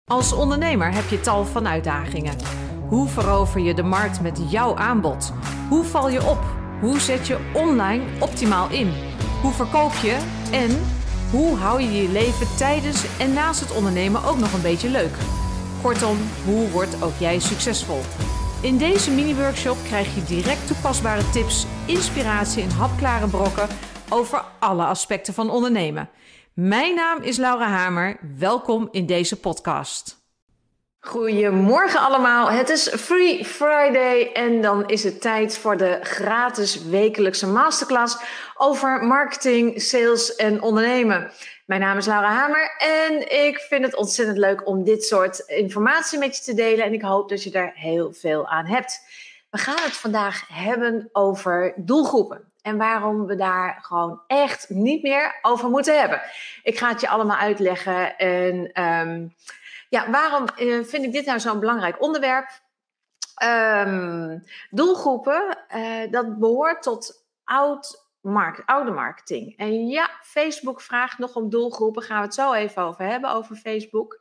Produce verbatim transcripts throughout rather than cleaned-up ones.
Als ondernemer heb je tal van uitdagingen. Hoe verover je de markt met jouw aanbod? Hoe val je op? Hoe zet je online optimaal in? Hoe verkoop je? En hoe hou je je leven tijdens en naast het ondernemen ook nog een beetje leuk? Kortom, hoe wordt ook jij succesvol? In deze mini-workshop krijg je direct toepasbare tips, inspiratie en hapklare brokken over alle aspecten van ondernemen. Mijn naam is Laura Hamer. Welkom in deze podcast. Goedemorgen allemaal. Het is Free Friday en dan is het tijd voor de gratis wekelijkse masterclass over marketing, sales en ondernemen. Mijn naam is Laura Hamer en ik vind het ontzettend leuk om dit soort informatie met je te delen en ik hoop dat je daar heel veel aan hebt. We gaan het vandaag hebben over doelgroepen. En waarom we daar gewoon echt niet meer over moeten hebben. Ik ga het je allemaal uitleggen. En um, ja, waarom uh, vind ik dit nou zo'n belangrijk onderwerp? Um, doelgroepen, uh, dat behoort tot oud markt, oude marketing. En ja, Facebook vraagt nog om doelgroepen. Gaan we het zo even over hebben, over Facebook.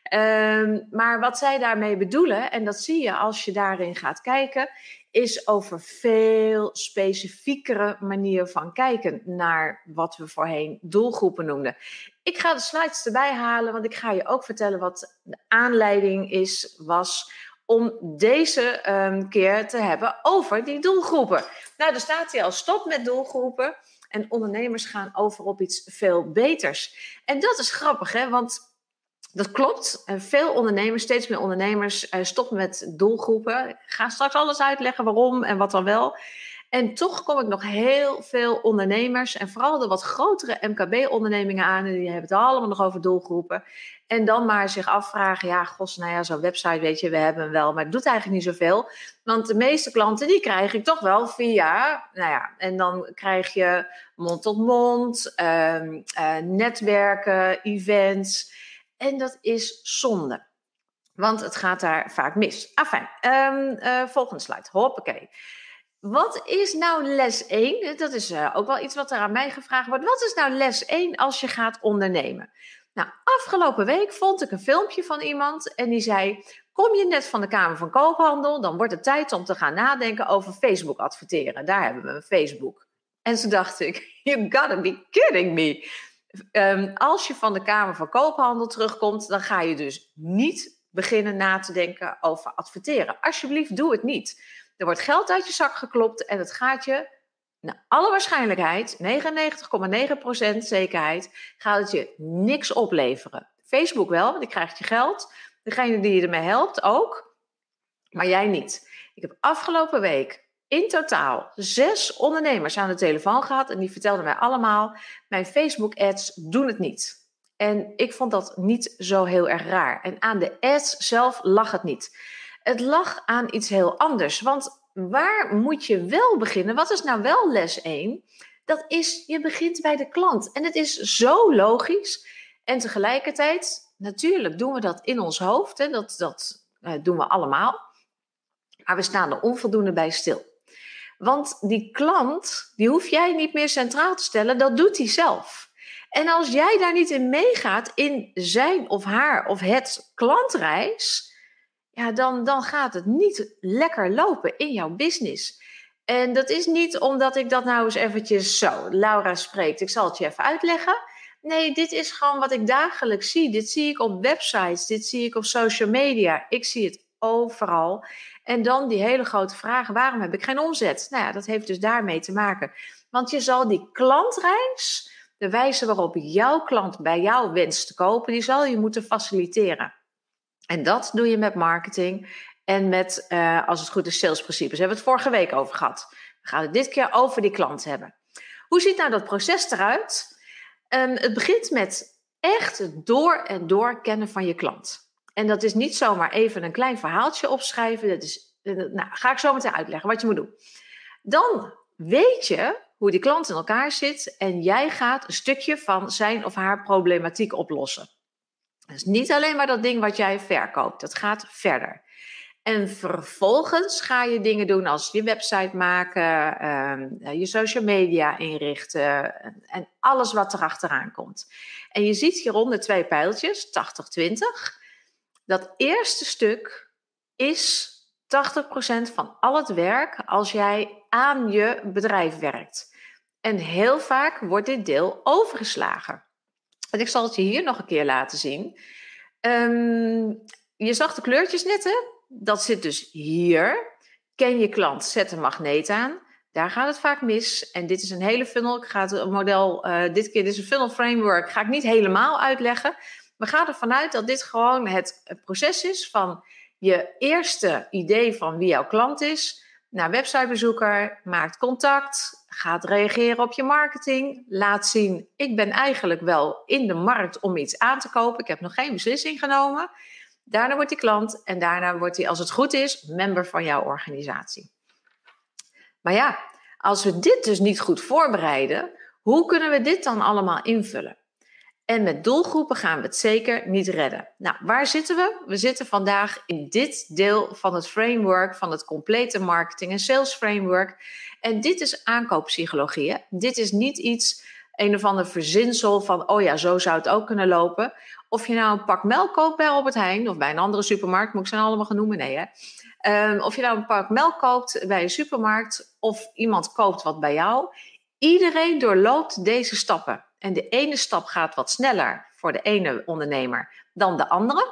Um, maar wat zij daarmee bedoelen, en dat zie je als je daarin gaat kijken, is over veel specifiekere manier van kijken naar wat we voorheen doelgroepen noemden. Ik ga de slides erbij halen, want ik ga je ook vertellen wat de aanleiding is, was om deze um, keer te hebben over die doelgroepen. Nou, er staat hier al stop met doelgroepen en ondernemers gaan over op iets veel beters. En dat is grappig, hè, want dat klopt. Veel ondernemers, steeds meer ondernemers stoppen met doelgroepen. Ik ga straks alles uitleggen waarom en wat dan wel. En toch kom ik nog heel veel ondernemers en vooral de wat grotere M K B-ondernemingen aan. En die hebben het allemaal nog over doelgroepen. En dan maar zich afvragen, ja, gos, nou ja, zo'n website, weet je, we hebben hem wel, maar het doet eigenlijk niet zoveel. Want de meeste klanten, die krijg ik toch wel via, nou ja, en dan krijg je mond tot mond, uh, uh, netwerken, events. En dat is zonde. Want het gaat daar vaak mis. Afijn, um, uh, volgende slide. Hoppakee. Wat is nou les één? Dat is uh, ook wel iets wat er aan mij gevraagd wordt. Wat is nou les één als je gaat ondernemen? Nou, afgelopen week vond ik een filmpje van iemand en die zei, kom je net van de Kamer van Koophandel, dan wordt het tijd om te gaan nadenken over Facebook adverteren. Daar hebben we een Facebook. En toen dacht ik, you gotta be kidding me. Um, als je van de Kamer van Koophandel terugkomt, dan ga je dus niet beginnen na te denken over adverteren. Alsjeblieft, doe het niet. Er wordt geld uit je zak geklopt en het gaat je, naar alle waarschijnlijkheid, negenennegentig komma negen procent zekerheid, gaat het je niks opleveren. Facebook wel, want die krijgt je geld. Degene die je ermee helpt ook, maar jij niet. Ik heb afgelopen week in totaal zes ondernemers aan de telefoon gehad en die vertelden mij allemaal, mijn Facebook ads doen het niet. En ik vond dat niet zo heel erg raar. En aan de ads zelf lag het niet. Het lag aan iets heel anders. Want waar moet je wel beginnen? Wat is nou wel les één? Dat is, je begint bij de klant. En het is zo logisch. En tegelijkertijd, natuurlijk doen we dat in ons hoofd. Hè? Dat, dat uh, doen we allemaal. Maar we staan er onvoldoende bij stil. Want die klant, die hoef jij niet meer centraal te stellen, dat doet hij zelf. En als jij daar niet in meegaat, in zijn of haar of het klantreis, ja, dan, dan gaat het niet lekker lopen in jouw business. En dat is niet omdat ik dat nou eens eventjes zo, Laura spreekt, ik zal het je even uitleggen. Nee, dit is gewoon wat ik dagelijks zie. Dit zie ik op websites, dit zie ik op social media. Ik zie het overal. En dan die hele grote vraag, waarom heb ik geen omzet? Nou ja, dat heeft dus daarmee te maken. Want je zal die klantreis, de wijze waarop jouw klant bij jou wenst te kopen, die zal je moeten faciliteren. En dat doe je met marketing en met, uh, als het goed is, salesprincipes. Daar hebben we het vorige week over gehad. We gaan het dit keer over die klant hebben. Hoe ziet nou dat proces eruit? Um, het begint met echt het door en door kennen van je klant. En dat is niet zomaar even een klein verhaaltje opschrijven. Dat is, nou, ga ik zo meteen uitleggen wat je moet doen. Dan weet je hoe die klant in elkaar zit en jij gaat een stukje van zijn of haar problematiek oplossen. Dus niet alleen maar dat ding wat jij verkoopt, dat gaat verder. En vervolgens ga je dingen doen als je website maken, uh, je social media inrichten en alles wat erachteraan komt. En je ziet hieronder twee pijltjes, tachtig twintig. dat eerste stuk is tachtig procent van al het werk als jij aan je bedrijf werkt. En heel vaak wordt dit deel overgeslagen. En ik zal het je hier nog een keer laten zien. Um, je zag de kleurtjes net, hè? Dat zit dus hier. Ken je klant, zet een magneet aan. Daar gaat het vaak mis. En dit is een hele funnel. Ik ga het model, uh, dit keer dit is een funnel framework. Ga ik niet helemaal uitleggen. We gaan ervan uit dat dit gewoon het proces is van je eerste idee van wie jouw klant is. Naar websitebezoeker, maakt contact, gaat reageren op je marketing. Laat zien, ik ben eigenlijk wel in de markt om iets aan te kopen. Ik heb nog geen beslissing genomen. Daarna wordt hij klant en daarna wordt hij, als het goed is, member van jouw organisatie. Maar ja, als we dit dus niet goed voorbereiden, hoe kunnen we dit dan allemaal invullen? En met doelgroepen gaan we het zeker niet redden. Nou, waar zitten we? We zitten vandaag in dit deel van het framework, van het complete marketing en sales framework. En dit is aankooppsychologie. Hè? Dit is niet iets, een of ander verzinsel van, oh ja, zo zou het ook kunnen lopen. Of je nou een pak melk koopt bij Albert Heijn of bij een andere supermarkt, moet ik ze nou allemaal gaan noemen? Nee, hè? Um, of je nou een pak melk koopt bij een supermarkt of iemand koopt wat bij jou. Iedereen doorloopt deze stappen. En de ene stap gaat wat sneller voor de ene ondernemer dan de andere.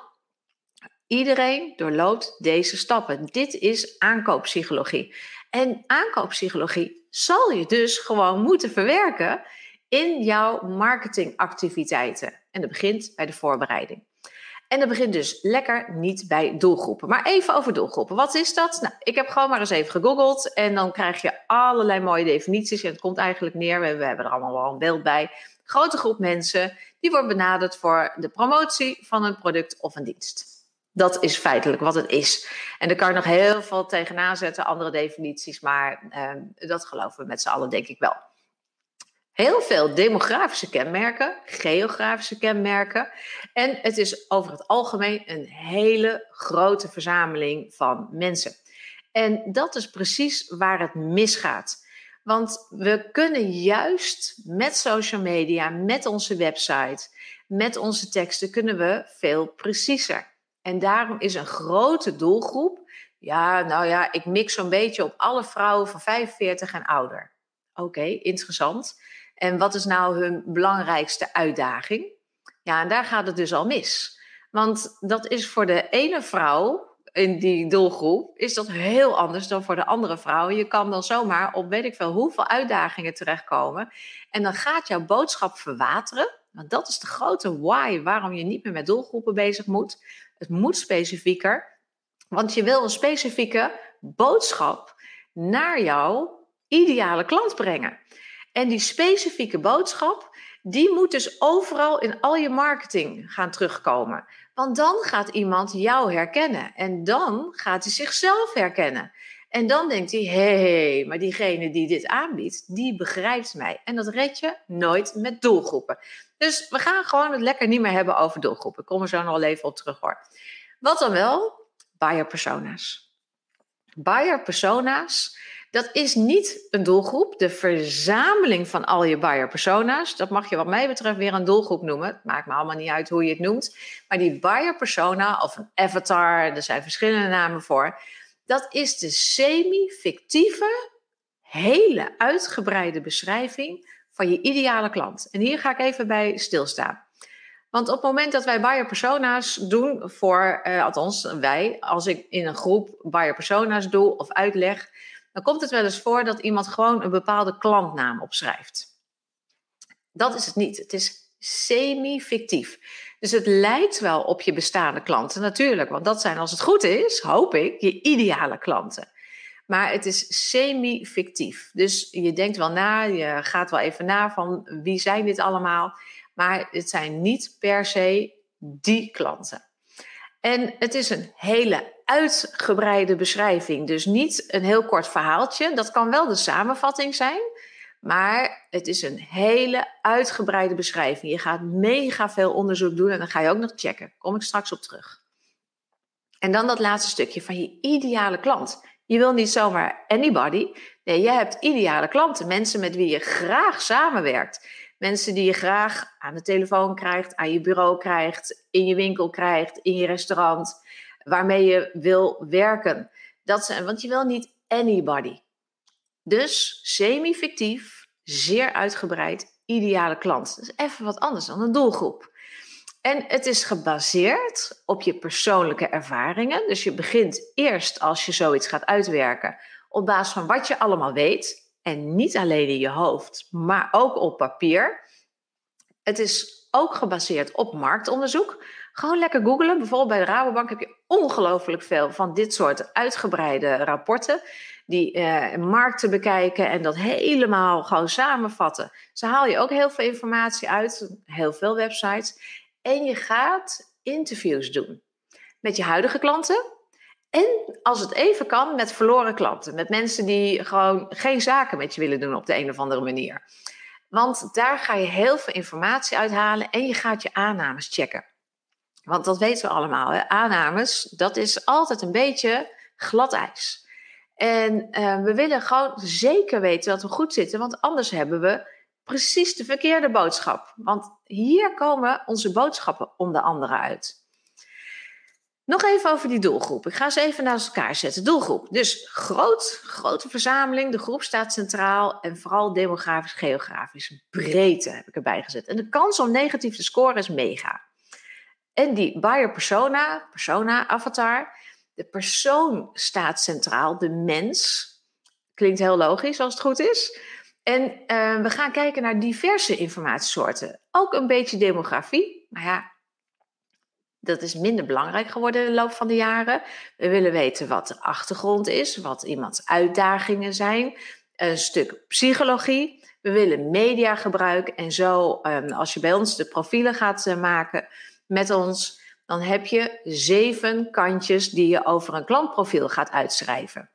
Iedereen doorloopt deze stappen. Dit is aankooppsychologie. En aankooppsychologie zal je dus gewoon moeten verwerken in jouw marketingactiviteiten. En dat begint bij de voorbereiding. En dat begint dus lekker niet bij doelgroepen. Maar even over doelgroepen. Wat is dat? Nou, ik heb gewoon maar eens even gegoogeld. En dan krijg je allerlei mooie definities. En het komt eigenlijk neer, we hebben er allemaal wel een beeld bij. Grote groep mensen, die wordt benaderd voor de promotie van een product of een dienst. Dat is feitelijk wat het is. En daar kan je nog heel veel tegenaan zetten, andere definities. Maar eh, dat geloven we met z'n allen denk ik wel. Heel veel demografische kenmerken, geografische kenmerken. En het is over het algemeen een hele grote verzameling van mensen. En dat is precies waar het misgaat. Want we kunnen juist met social media, met onze website, met onze teksten, kunnen we veel preciezer. En daarom is een grote doelgroep, ja, nou ja, ik mix zo'n beetje op alle vrouwen van vijfenveertig en ouder. Oké, okay, interessant. En wat is nou hun belangrijkste uitdaging? Ja, en daar gaat het dus al mis. Want dat is voor de ene vrouw in die doelgroep, is dat heel anders dan voor de andere vrouw. Je kan dan zomaar op weet ik veel hoeveel uitdagingen terechtkomen. En dan gaat jouw boodschap verwateren. Want dat is de grote why waarom je niet meer met doelgroepen bezig moet. Het moet specifieker. Want je wil een specifieke boodschap naar jouw ideale klant brengen. En die specifieke boodschap, die moet dus overal in al je marketing gaan terugkomen. Want dan gaat iemand jou herkennen. En dan gaat hij zichzelf herkennen. En dan denkt hij, hé, hey, maar diegene die dit aanbiedt, die begrijpt mij. En dat red je nooit met doelgroepen. Dus we gaan gewoon het lekker niet meer hebben over doelgroepen. Ik kom er zo nog wel even op terug hoor. Wat dan wel? Buyer persona's. Buyer persona's. Dat is niet een doelgroep. De verzameling van al je buyer persona's, dat mag je wat mij betreft weer een doelgroep noemen. Het maakt me allemaal niet uit hoe je het noemt. Maar die buyer persona of een avatar, er zijn verschillende namen voor. Dat is de semi-fictieve, hele uitgebreide beschrijving van je ideale klant. En hier ga ik even bij stilstaan. Want op het moment dat wij buyer persona's doen voor, uh, althans wij, als ik in een groep buyer persona's doe of uitleg, dan komt het wel eens voor dat iemand gewoon een bepaalde klantnaam opschrijft. Dat is het niet. Het is semi-fictief. Dus het lijkt wel op je bestaande klanten natuurlijk. Want dat zijn, als het goed is, hoop ik, je ideale klanten. Maar het is semi-fictief. Dus je denkt wel na, je gaat wel even na van wie zijn dit allemaal. Maar het zijn niet per se die klanten. En het is een hele uitgebreide beschrijving. Dus niet een heel kort verhaaltje. Dat kan wel de samenvatting zijn. Maar het is een hele uitgebreide beschrijving. Je gaat mega veel onderzoek doen en dan ga je ook nog checken. Daar kom ik straks op terug. En dan dat laatste stukje van je ideale klant. Je wil niet zomaar anybody. Nee, je hebt ideale klanten. Mensen met wie je graag samenwerkt. Mensen die je graag aan de telefoon krijgt, aan je bureau krijgt, in je winkel krijgt, in je restaurant, waarmee je wil werken. Dat zijn, want je wil niet anybody. Dus semi-fictief, zeer uitgebreid, ideale klant. Dat is even wat anders dan een doelgroep. En het is gebaseerd op je persoonlijke ervaringen. Dus je begint eerst als je zoiets gaat uitwerken op basis van wat je allemaal weet. En niet alleen in je hoofd, maar ook op papier. Het is ook gebaseerd op marktonderzoek. Gewoon lekker googlen. Bijvoorbeeld bij de Rabobank heb je ongelooflijk veel van dit soort uitgebreide rapporten. Die eh, markten bekijken en dat helemaal gewoon samenvatten. Ze haal je ook heel veel informatie uit. Heel veel websites. En je gaat interviews doen met je huidige klanten. En als het even kan, met verloren klanten. Met mensen die gewoon geen zaken met je willen doen op de een of andere manier. Want daar ga je heel veel informatie uithalen en je gaat je aannames checken. Want dat weten we allemaal. Hè? Aannames, dat is altijd een beetje glad ijs. En uh, we willen gewoon zeker weten dat we goed zitten. Want anders hebben we precies de verkeerde boodschap. Want hier komen onze boodschappen onder andere uit. Nog even over die doelgroep. Ik ga ze even naast elkaar zetten. Doelgroep. Dus groot, grote verzameling. De groep staat centraal. En vooral demografisch, geografisch. Breedte heb ik erbij gezet. En de kans om negatief te scoren is mega. En die buyer persona, persona, avatar. De persoon staat centraal. De mens. Klinkt heel logisch als het goed is. En uh, we gaan kijken naar diverse informatiesoorten. Ook een beetje demografie. Maar ja, dat is minder belangrijk geworden in de loop van de jaren. We willen weten wat de achtergrond is, wat iemands uitdagingen zijn. Een stuk psychologie. We willen mediagebruik. En zo, um, als je bij ons de profielen gaat uh, maken met ons, dan heb je zeven kantjes die je over een klantprofiel gaat uitschrijven.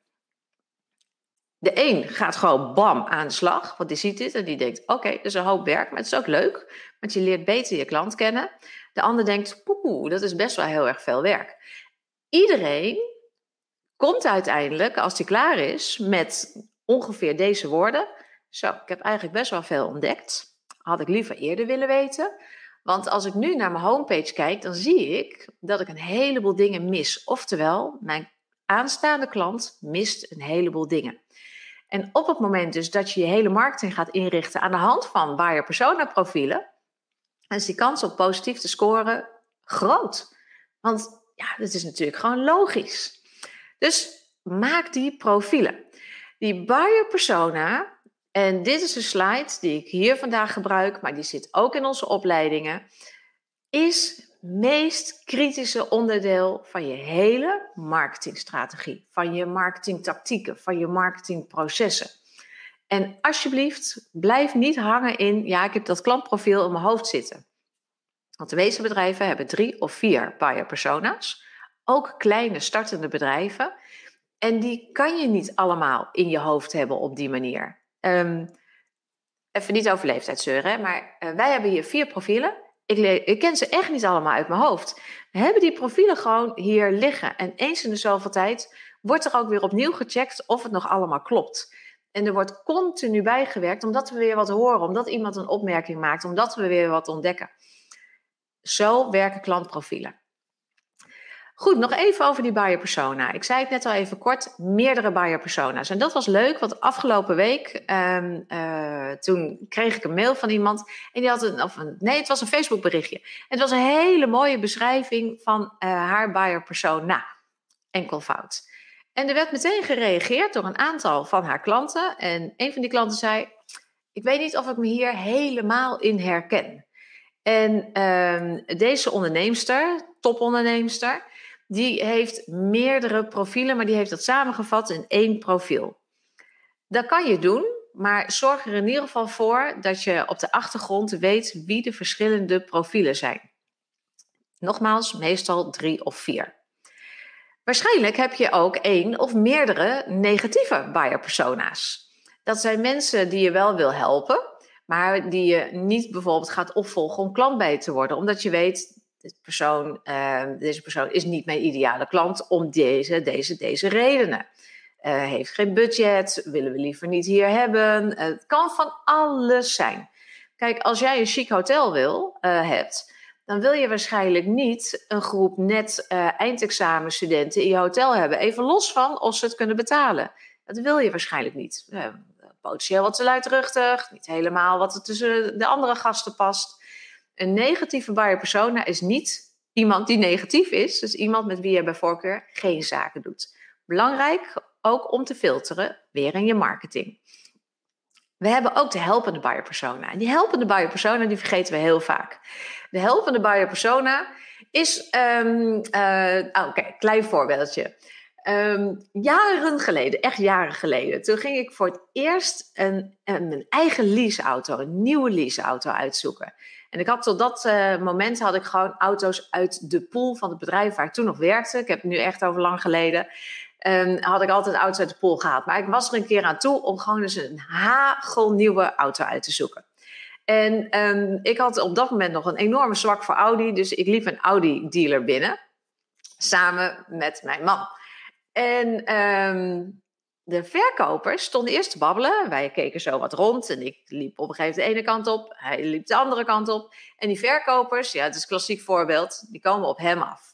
De een gaat gewoon bam aan de slag, want die ziet dit en die denkt, oké, okay, dat is een hoop werk, maar het is ook leuk, want je leert beter je klant kennen. De ander denkt, poepoe, dat is best wel heel erg veel werk. Iedereen komt uiteindelijk, als hij klaar is, met ongeveer deze woorden. Zo, ik heb eigenlijk best wel veel ontdekt. Had ik liever eerder willen weten. Want als ik nu naar mijn homepage kijk, dan zie ik dat ik een heleboel dingen mis. Oftewel, mijn aanstaande klant mist een heleboel dingen. En op het moment dus dat je je hele marketing gaat inrichten aan de hand van buyer persona profielen, dan is die kans op positief te scoren groot. Want ja, dat is natuurlijk gewoon logisch. Dus maak die profielen. Die buyer persona, en dit is een slide die ik hier vandaag gebruik, maar die zit ook in onze opleidingen, is het meest kritische onderdeel van je hele marketingstrategie, van je marketingtactieken, van je marketingprocessen. En alsjeblieft, blijf niet hangen in, ja, ik heb dat klantprofiel in mijn hoofd zitten. Want de meeste bedrijven hebben drie of vier buyer persona's, ook kleine startende bedrijven. En die kan je niet allemaal in je hoofd hebben op die manier. Um, even niet over leeftijd zeuren, hè, maar uh, wij hebben hier vier profielen. Ik, le- ik ken ze echt niet allemaal uit mijn hoofd. We hebben die profielen gewoon hier liggen. En eens in de zoveel tijd wordt er ook weer opnieuw gecheckt of het nog allemaal klopt. En er wordt continu bijgewerkt omdat we weer wat horen, omdat iemand een opmerking maakt, omdat we weer wat ontdekken. Zo werken klantprofielen. Goed, nog even over die buyer persona. Ik zei het net al even kort, meerdere buyer persona's. En dat was leuk, want afgelopen week, um, uh, toen kreeg ik een mail van iemand. En die had een, of een, nee, het was een Facebook berichtje. En het was een hele mooie beschrijving van uh, haar buyer persona. Enkelvoud. En er werd meteen gereageerd door een aantal van haar klanten. En een van die klanten zei, ik weet niet of ik me hier helemaal in herken. En um, deze onderneemster, toponderneemster, die heeft meerdere profielen, maar die heeft dat samengevat in één profiel. Dat kan je doen, maar zorg er in ieder geval voor dat je op de achtergrond weet wie de verschillende profielen zijn. Nogmaals, meestal drie of vier. Waarschijnlijk heb je ook één of meerdere negatieve buyer persona's. Dat zijn mensen die je wel wil helpen, maar die je niet bijvoorbeeld gaat opvolgen om klant bij te worden. Omdat je weet, dit persoon, uh, deze persoon is niet mijn ideale klant om deze, deze, deze redenen. Uh, heeft geen budget, willen we liever niet hier hebben. Uh, het kan van alles zijn. Kijk, als jij een chic hotel wil, uh, hebt, dan wil je waarschijnlijk niet een groep net uh, eindexamenstudenten in je hotel hebben. Even los van of ze het kunnen betalen. Dat wil je waarschijnlijk niet. Uh, potentieel wat te luidruchtig, niet helemaal wat er tussen de andere gasten past. Een negatieve buyer persona is niet iemand die negatief is. Dus iemand met wie je bij voorkeur geen zaken doet. Belangrijk ook om te filteren, weer in je marketing. We hebben ook de helpende buyer persona. En die helpende buyer persona, die vergeten we heel vaak. De helpende buyer persona is... Um, uh, oh, Oké, okay, klein voorbeeldje. Um, jaren geleden, echt jaren geleden... toen ging ik voor het eerst een, een, mijn eigen leaseauto... een nieuwe leaseauto uitzoeken. En ik had tot dat uh, moment had ik gewoon auto's uit de pool van het bedrijf... waar ik toen nog werkte. Ik heb het nu echt over lang geleden... Um, had ik altijd auto's uit de pool gehaald. Maar ik was er een keer aan toe om gewoon eens een hagelnieuwe auto uit te zoeken. En um, ik had op dat moment nog een enorme zwak voor Audi. Dus ik liep een Audi-dealer binnen. Samen met mijn man. En um, de verkopers stonden eerst te babbelen. Wij keken zo wat rond. En ik liep op een gegeven moment de ene kant op. Hij liep de andere kant op. En die verkopers, ja, het is een klassiek voorbeeld. Die komen op hem af.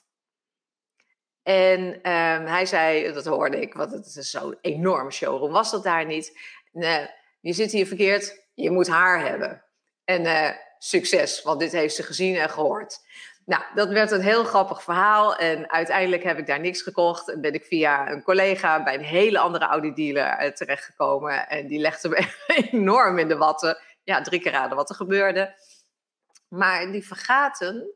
En um, hij zei, dat hoorde ik, want het is zo'n enorme showroom, was dat daar niet. Nee, je zit hier verkeerd, je moet haar hebben. En uh, succes, want dit heeft ze gezien en gehoord. Nou, dat werd een heel grappig verhaal. En uiteindelijk heb ik daar niks gekocht. En ben ik via een collega bij een hele andere Audi-dealer uh, terechtgekomen. En die legde me enorm in de watten. Ja, drie keer raden wat er gebeurde. Maar die vergaten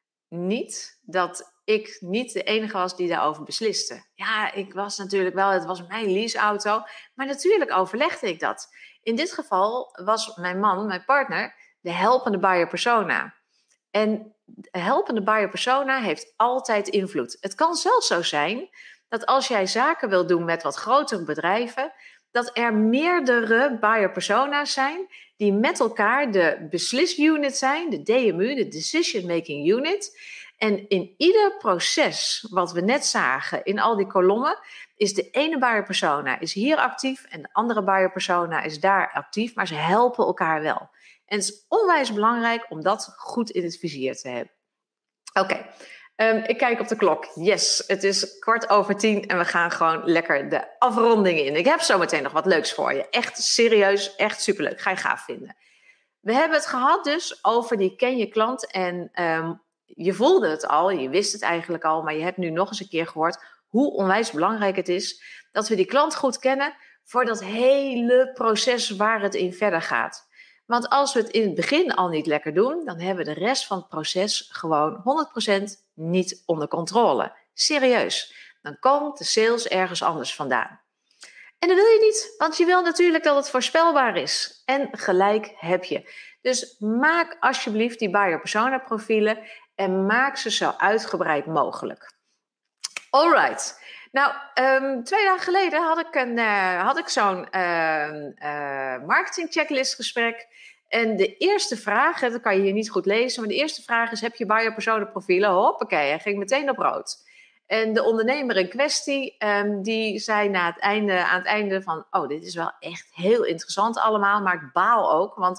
niet dat ik niet de enige was die daarover besliste. Ja, ik was natuurlijk wel, het was mijn leaseauto. Maar natuurlijk overlegde ik dat. In dit geval was mijn man, mijn partner, de helpende buyer persona. En de helpende buyer persona heeft altijd invloed. Het kan zelfs zo zijn dat als jij zaken wil doen met wat grotere bedrijven, dat er meerdere buyer persona's zijn die met elkaar de beslisunit zijn, de D M U, de Decision Making Unit. En in ieder proces wat we net zagen in al die kolommen, is de ene buyer persona is hier actief en de andere buyer persona is daar actief, maar ze helpen elkaar wel. En het is onwijs belangrijk om dat goed in het vizier te hebben. Oké, okay. um, ik kijk op de klok. Yes, het is kwart over tien en we gaan gewoon lekker de afronding in. Ik heb zometeen nog wat leuks voor je. Echt serieus, echt superleuk. Ga je gaaf vinden. We hebben het gehad dus over die ken je klant en um, je voelde het al, je wist het eigenlijk al, maar je hebt nu nog eens een keer gehoord hoe onwijs belangrijk het is dat we die klant goed kennen voor dat hele proces waar het in verder gaat. Want als we het in het begin al niet lekker doen, dan hebben we de rest van het proces gewoon honderd procent niet onder controle. Serieus. Dan komt de sales ergens anders vandaan. En dat wil je niet, want je wil natuurlijk dat het voorspelbaar is. En gelijk heb je. Dus maak alsjeblieft die buyer persona profielen en maak ze zo uitgebreid mogelijk. Alright. Nou, um, twee dagen geleden had ik, een, uh, had ik zo'n uh, uh, marketing checklist gesprek. En de eerste vraag, dat kan je hier niet goed lezen, maar de eerste vraag is, heb je buyer persona profielen? Hoppakee, hij ging meteen op rood. En de ondernemer in kwestie, um, die zei na het einde, aan het einde van, oh, dit is wel echt heel interessant allemaal, maar ik baal ook, want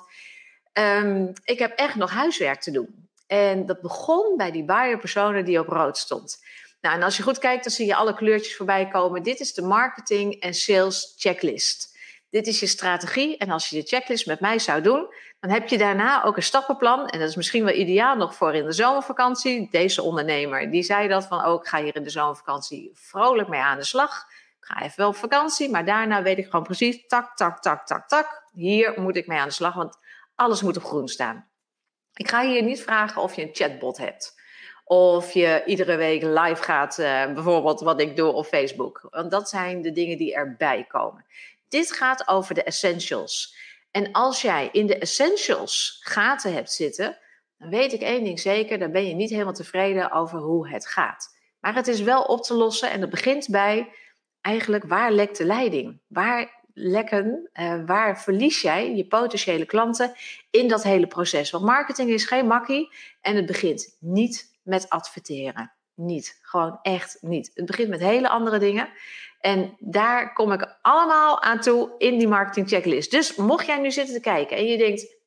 um, ik heb echt nog huiswerk te doen. En dat begon bij die buyer persona die op rood stond. Nou, en als je goed kijkt, dan zie je alle kleurtjes voorbij komen. Dit is de marketing en sales checklist. Dit is je strategie. En als je de checklist met mij zou doen, dan heb je daarna ook een stappenplan. En dat is misschien wel ideaal nog voor in de zomervakantie. Deze ondernemer, die zei dat van, oh, ik ga hier in de zomervakantie vrolijk mee aan de slag. Ik ga even wel op vakantie, maar daarna weet ik gewoon precies, tak, tak, tak, tak, tak. Hier moet ik mee aan de slag, want alles moet op groen staan. Ik ga hier niet vragen of je een chatbot hebt. Of je iedere week live gaat, uh, bijvoorbeeld wat ik doe op Facebook. Want dat zijn de dingen die erbij komen. Dit gaat over de essentials. En als jij in de essentials gaten hebt zitten, dan weet ik één ding zeker, dan ben je niet helemaal tevreden over hoe het gaat. Maar het is wel op te lossen en dat begint bij eigenlijk waar lekt de leiding? Waar lekken, uh, waar verlies jij je potentiële klanten in dat hele proces? Want marketing is geen makkie en het begint niet met adverteren. Niet. Gewoon echt niet. Het begint met hele andere dingen. En daar kom ik allemaal aan toe in die marketing checklist. Dus mocht jij nu zitten te kijken en je denkt, ah,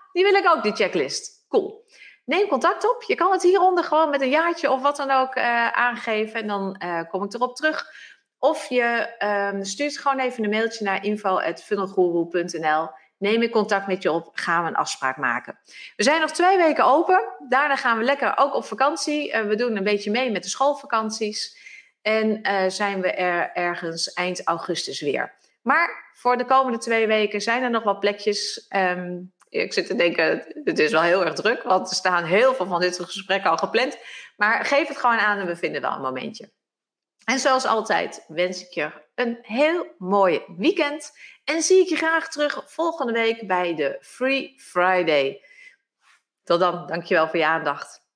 die wil ik ook, die checklist. Cool. Neem contact op. Je kan het hieronder gewoon met een jaartje of wat dan ook uh, aangeven. En dan uh, kom ik erop terug. Of je um, stuurt gewoon even een mailtje naar info at funnelguru punt n l. Neem ik contact met je op. Gaan we een afspraak maken. We zijn nog twee weken open. Daarna gaan we lekker ook op vakantie. Uh, we doen een beetje mee met de schoolvakanties. En uh, zijn we er ergens eind augustus weer. Maar voor de komende twee weken zijn er nog wat plekjes. Um, ik zit te denken, het is wel heel erg druk. Want er staan heel veel van dit soort gesprekken al gepland. Maar geef het gewoon aan en we vinden wel een momentje. En zoals altijd wens ik je een heel mooi weekend. En zie ik je graag terug volgende week bij de Free Friday. Tot dan, dankjewel voor je aandacht.